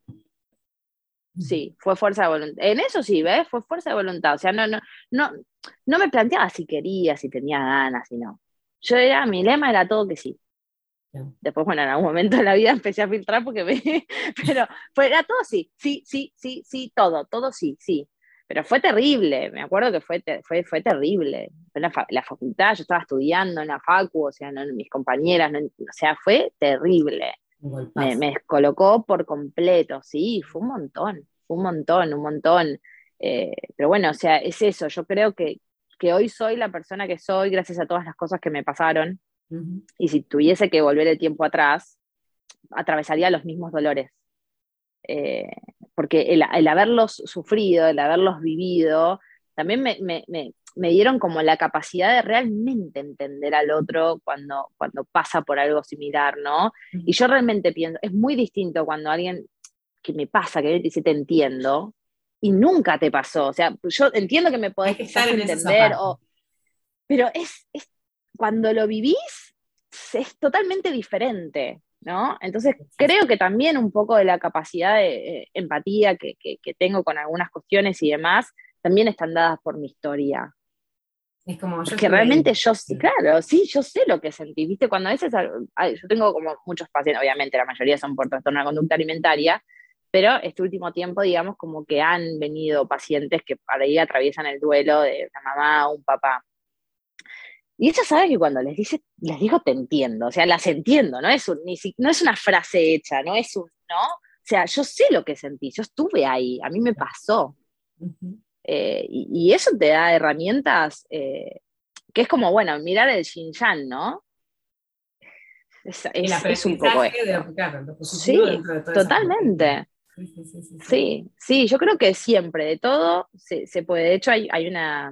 sí, fue fuerza de voluntad. En eso sí, ¿ves? Fue fuerza de voluntad. O sea, no, no, no, no me planteaba si quería, si tenía ganas, si no. Yo era, mi lema era todo que sí. Después, bueno, en algún momento de la vida empecé a filtrar porque me... Pero fue, era todo sí, sí, sí, sí, sí, todo, todo sí, sí. Pero fue terrible, me acuerdo que fue, te- fue, fue terrible. Fue la, fa- la facultad, yo estaba estudiando en la facu, o sea, no, mis compañeras, no- o sea, fue terrible. Un Me, golpazo. me descolocó por completo, sí, fue un montón, fue un montón, un montón. Eh, pero bueno, o sea, es eso, yo creo que, que hoy soy la persona que soy gracias a todas las cosas que me pasaron Ujú. y si tuviese que volver el tiempo atrás, atravesaría los mismos dolores. Eh, porque el, el, haberlos sufrido, el haberlos vivido, también me, me, me, me, dieron como la capacidad de realmente entender al otro cuando, cuando pasa por algo similar, ¿no? Y yo realmente pienso, es muy distinto cuando alguien que me pasa, que te dice te entiendo, y nunca te pasó. O sea, yo entiendo que me Hay podés que estar quizás en esos entender, zapatos. o, pero es, es cuando lo vivís, es totalmente diferente, ¿no? Entonces creo que también un poco de la capacidad de eh, empatía que, que, que tengo con algunas cuestiones y demás, también están dadas por mi historia. Es como yo Porque estuve ahí. realmente yo, Sí. claro, sí, yo sé lo que sentí, ¿viste? Cuando a veces, ay, yo tengo como muchos pacientes, obviamente la mayoría son por trastorno de la conducta alimentaria, pero este último tiempo, digamos, como que han venido pacientes que para ahí atraviesan el duelo de una mamá o un papá. Y ella sabe que cuando les dice, les digo te entiendo, o sea, las entiendo, no es, un, ni si, no es una frase hecha, no es un, ¿no? O sea, yo sé lo que sentí, yo estuve ahí, a mí me pasó. Ujú. Eh, y, y eso te da herramientas, eh, que es como, bueno, mirar el Xinjiang, ¿no? Es, El es, es un poco aprendizaje de esto. lo, claro, lo positivo Sí, dentro de toda esa porquería. totalmente. Sí, sí, sí, sí, sí. Sí, sí, yo creo que siempre, de todo, se, se puede. De hecho, hay, hay una,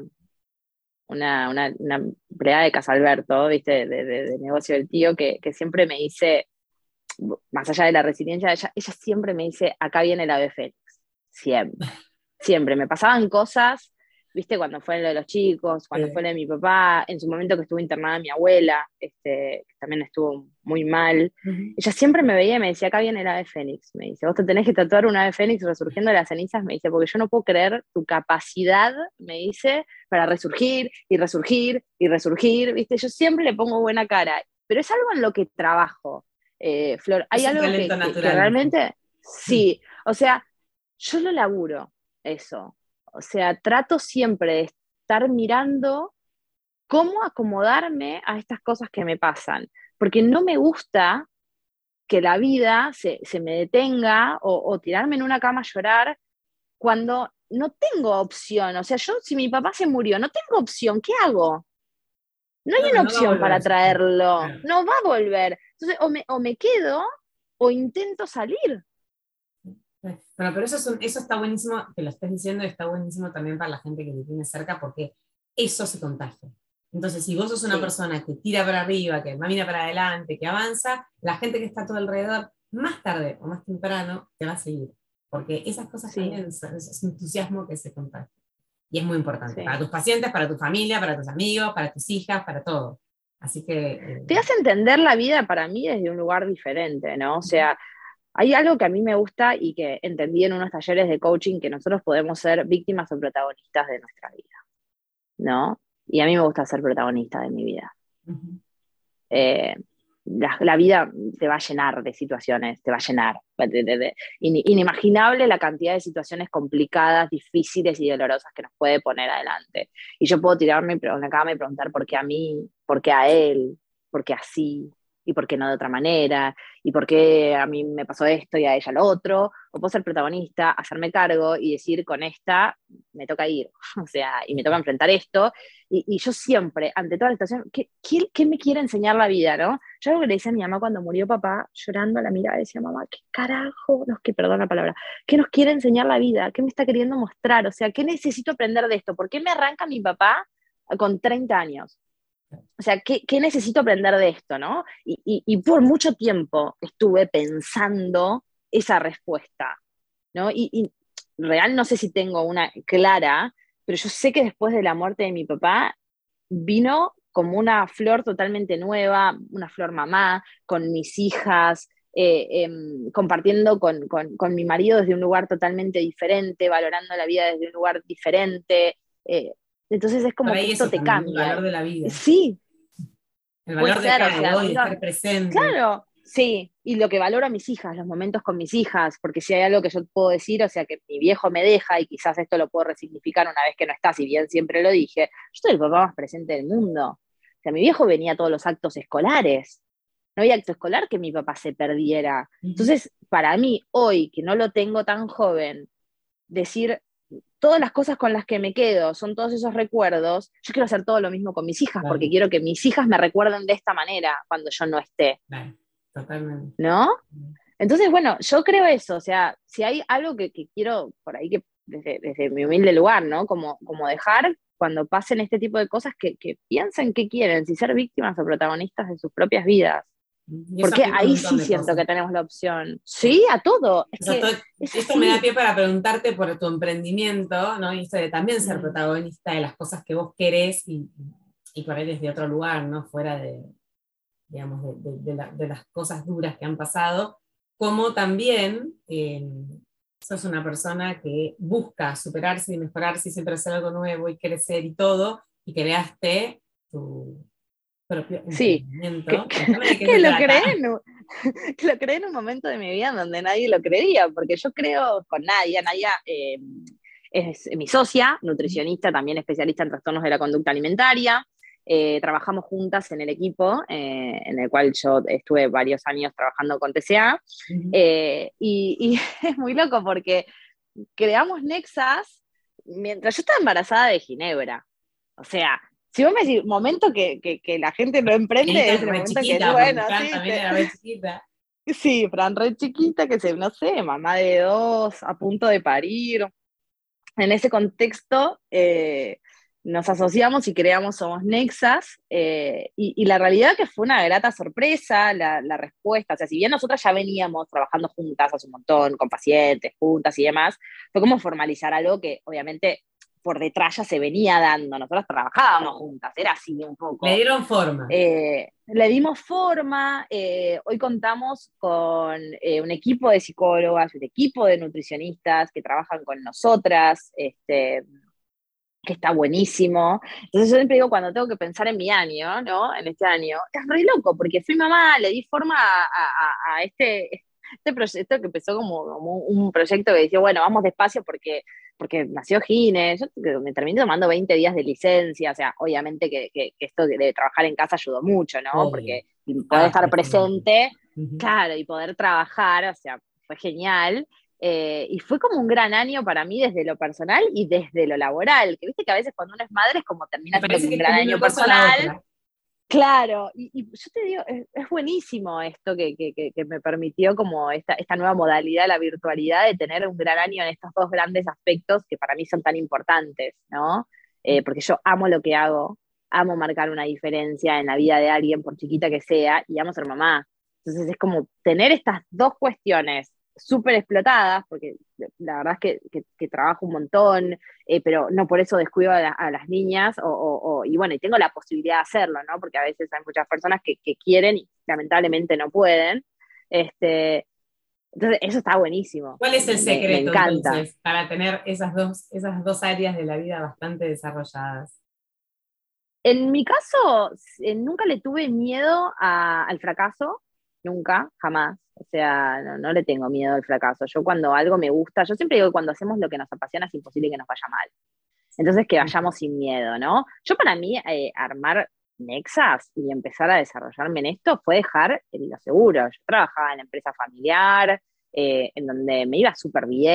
una, una, una empleada de Casalberto, ¿viste? De, de, de negocio del tío, que, que siempre me dice, más allá de la resiliencia, ella, ella siempre me dice, acá viene el ave fénix. Siempre. Siempre. Me pasaban cosas, ¿viste? Cuando fue lo de los chicos, cuando fue Sí. lo de mi papá, en su momento que estuvo internada mi abuela, este, que también estuvo muy mal. Ujú. Ella siempre me veía y me decía, acá viene el ave fénix. Me dice, vos te tenés que tatuar un ave fénix resurgiendo de las cenizas. Me dice, porque yo no puedo creer tu capacidad, me dice, para resurgir y resurgir y resurgir, ¿viste? Yo siempre le pongo buena cara, pero es algo en lo que trabajo, eh, Flor. Hay Es un algo que, talento que, que natural, dice. realmente, sí, o sea, yo lo laburo, eso. O sea, trato siempre de estar mirando cómo acomodarme a estas cosas que me pasan, porque no me gusta que la vida se, se me detenga o, o tirarme en una cama a llorar cuando no tengo opción. O sea, yo si mi papá se murió, no tengo opción, ¿qué hago? No hay No, una no va a opción volver, para ya está. traerlo, Claro. no va a volver. Entonces, o me, o me quedo o intento salir. Bueno, pero eso, es un- eso está buenísimo, que lo estés diciendo, y está buenísimo también para la gente que te tiene cerca, porque eso se contagia. Entonces, si vos sos una Sí, persona que tira para arriba, que camina para adelante, que avanza, la gente que está a tu alrededor, más tarde o más temprano, te va a seguir. Porque esas cosas sí, también son es entusiasmo que se contagia. Y es muy importante para sí. tus pacientes, para tu familia, para tus amigos, para tus hijas, para todo. Así que, eh, Te hace entender la vida para mí desde un lugar diferente, ¿no? O sea, hay algo que a mí me gusta y que entendí en unos talleres de coaching, que nosotros podemos ser víctimas o protagonistas de nuestra vida, ¿no? Y a mí me gusta ser protagonista de mi vida. ujú, Eh, la, la vida te va a llenar de situaciones, te va a llenar. De, de, de, in, inimaginable la cantidad de situaciones complicadas, difíciles y dolorosas que nos puede poner adelante. Y yo puedo tirarme en la cama y preguntar por qué a mí, por qué a él, por qué así, y por qué no de otra manera, y por qué a mí me pasó esto y a ella lo otro. O puedo ser protagonista, hacerme cargo y decir, con esta me toca ir, o sea, y me toca enfrentar esto. Y, y yo siempre, ante toda la situación, ¿qué, qué, qué me quiere enseñar la vida, no? Yo algo que le decía a mi mamá cuando murió papá, llorando, la miraba y decía, mamá, ¿qué carajo? No, que perdón la palabra. ¿Qué nos quiere enseñar la vida? ¿Qué me está queriendo mostrar? O sea, ¿qué necesito aprender de esto? ¿Por qué me arranca mi papá con treinta años? O sea, ¿qué, qué necesito aprender de esto, no? Y, y, y por mucho tiempo estuve pensando esa respuesta, ¿no? Y, y real no sé si tengo una clara, pero yo sé que después de la muerte de mi papá vino como una flor totalmente nueva, una flor mamá, con mis hijas, eh, eh, compartiendo con, con, con, mi marido desde un lugar totalmente diferente, valorando la vida desde un lugar diferente. Eh, entonces es por como que ahí esto eso te también, el cambia. valor de la vida. Sí, El puede valor de ser, o acá, de sea, hoy, de siendo, estar presente. claro, sí, y lo que valoro a mis hijas, los momentos con mis hijas, porque si hay algo que yo puedo decir, o sea, que mi viejo me deja, y quizás esto lo puedo resignificar una vez que no está, si bien siempre lo dije, yo soy el papá más presente del mundo. O sea, mi viejo venía a todos los actos escolares, no había acto escolar que mi papá se perdiera. Ujú. Entonces, para mí, hoy, que no lo tengo tan joven, decir todas las cosas con las que me quedo, son todos esos recuerdos, yo quiero hacer todo lo mismo con mis hijas, porque Claro, quiero que mis hijas me recuerden de esta manera cuando yo no esté, claro, totalmente. ¿no? Entonces, bueno, yo creo eso, o sea, si hay algo que, que quiero por ahí, que desde, desde mi humilde lugar, ¿no? Como, como dejar cuando pasen este tipo de cosas que, que piensen qué quieren, si ser víctimas o protagonistas de sus propias vidas. Y eso Porque aplica a un ahí montón sí de siento cosas. que tenemos la opción. Sí. Sí, a todo. Es O sea, que todo- es esto me da así. pie para preguntarte por tu emprendimiento, ¿no? Y esto de también ser Mm, protagonista de las cosas que vos querés y, y por ahí desde otro lugar, ¿no? Fuera de, digamos, de, de- de la- de las cosas duras que han pasado, como también eh, sos una persona que busca superarse y mejorarse y siempre hacer algo nuevo y crecer y todo, y creaste tu propio sí, que, emprendimiento. que, Contame de qué se que lo creé trata. en un, que lo creé en un momento de mi vida en donde nadie lo creía, porque yo creo con Nadia, Nadia eh, es mi socia, nutricionista, también especialista en trastornos de la conducta alimentaria, eh, trabajamos juntas en el equipo, eh, en el cual yo estuve varios años trabajando con T C A, Uh-huh. eh, y, y es muy loco porque creamos Nexas mientras yo estaba embarazada de Ginebra. O sea, si vos me decís, momento que, que, que la gente no emprende, Ella es el re momento que, chiquita, porque bueno, Fran sí, también te, era re chiquita. sí, Fran re chiquita, que se, no sé, mamá de dos, a punto de parir. En ese contexto, eh, nos asociamos y creamos Somos Nexas, eh, y, y, la realidad que fue una grata sorpresa la, la respuesta. O sea, si bien nosotras ya veníamos trabajando juntas hace un montón, con pacientes, juntas y demás, fue como formalizar algo que obviamente por detrás ya se venía dando. Nosotras trabajábamos juntas, era así un Le poco. dieron forma. Eh, le dimos forma, eh, hoy contamos con eh, un equipo de psicólogas, un equipo de nutricionistas que trabajan con nosotras, este, que está buenísimo. Entonces yo siempre digo, cuando tengo que pensar en mi año, ¿no? En este año, es re loco, porque fui mamá, le di forma a, a, a este, este proyecto que empezó como, como un proyecto que decía, bueno, vamos despacio porque, porque nació Gine, yo me terminé tomando veinte días de licencia, o sea, obviamente que, que, que esto de, de trabajar en casa ayudó mucho, ¿no? Obvio. Porque poder Estabas estar presente. presente, Uh-huh. claro, y poder trabajar, o sea, fue genial. Eh, y fue como un gran año para mí desde lo personal y desde lo laboral, que viste que a veces cuando uno es madre es como termina Me siendo parece como que un es gran como año una cosa o la personal, otra. claro, y, y yo te digo, es, es buenísimo esto que, que, que, que me permitió como esta, esta nueva modalidad, la virtualidad, de tener un gran año en estos dos grandes aspectos que para mí son tan importantes, ¿no? Eh, porque yo amo lo que hago, amo marcar una diferencia en la vida de alguien, por chiquita que sea, y amo ser mamá. Entonces es como tener estas dos cuestiones súper explotadas, porque la verdad es que, que, que trabajo un montón, eh, pero no por eso descuido a, la, a las niñas, o, o, o, y bueno, y tengo la posibilidad de hacerlo, ¿no? Porque a veces hay muchas personas que, que quieren y lamentablemente no pueden. Este, entonces, eso está buenísimo, ¿Cuál es el me, me secreto encanta. entonces para tener esas dos, esas dos áreas de la vida bastante desarrolladas? En mi caso, eh, nunca le tuve miedo a, al fracaso, nunca, jamás. O sea, no, no le tengo miedo al fracaso. Yo cuando algo me gusta, yo siempre digo que cuando hacemos lo que nos apasiona es imposible que nos vaya mal. Entonces, que vayamos sin miedo, ¿no? Yo para mí, eh, armar Nexas y empezar a desarrollarme en esto fue dejar lo seguro. Yo trabajaba en empresa familiar, eh, en donde me iba súper bien.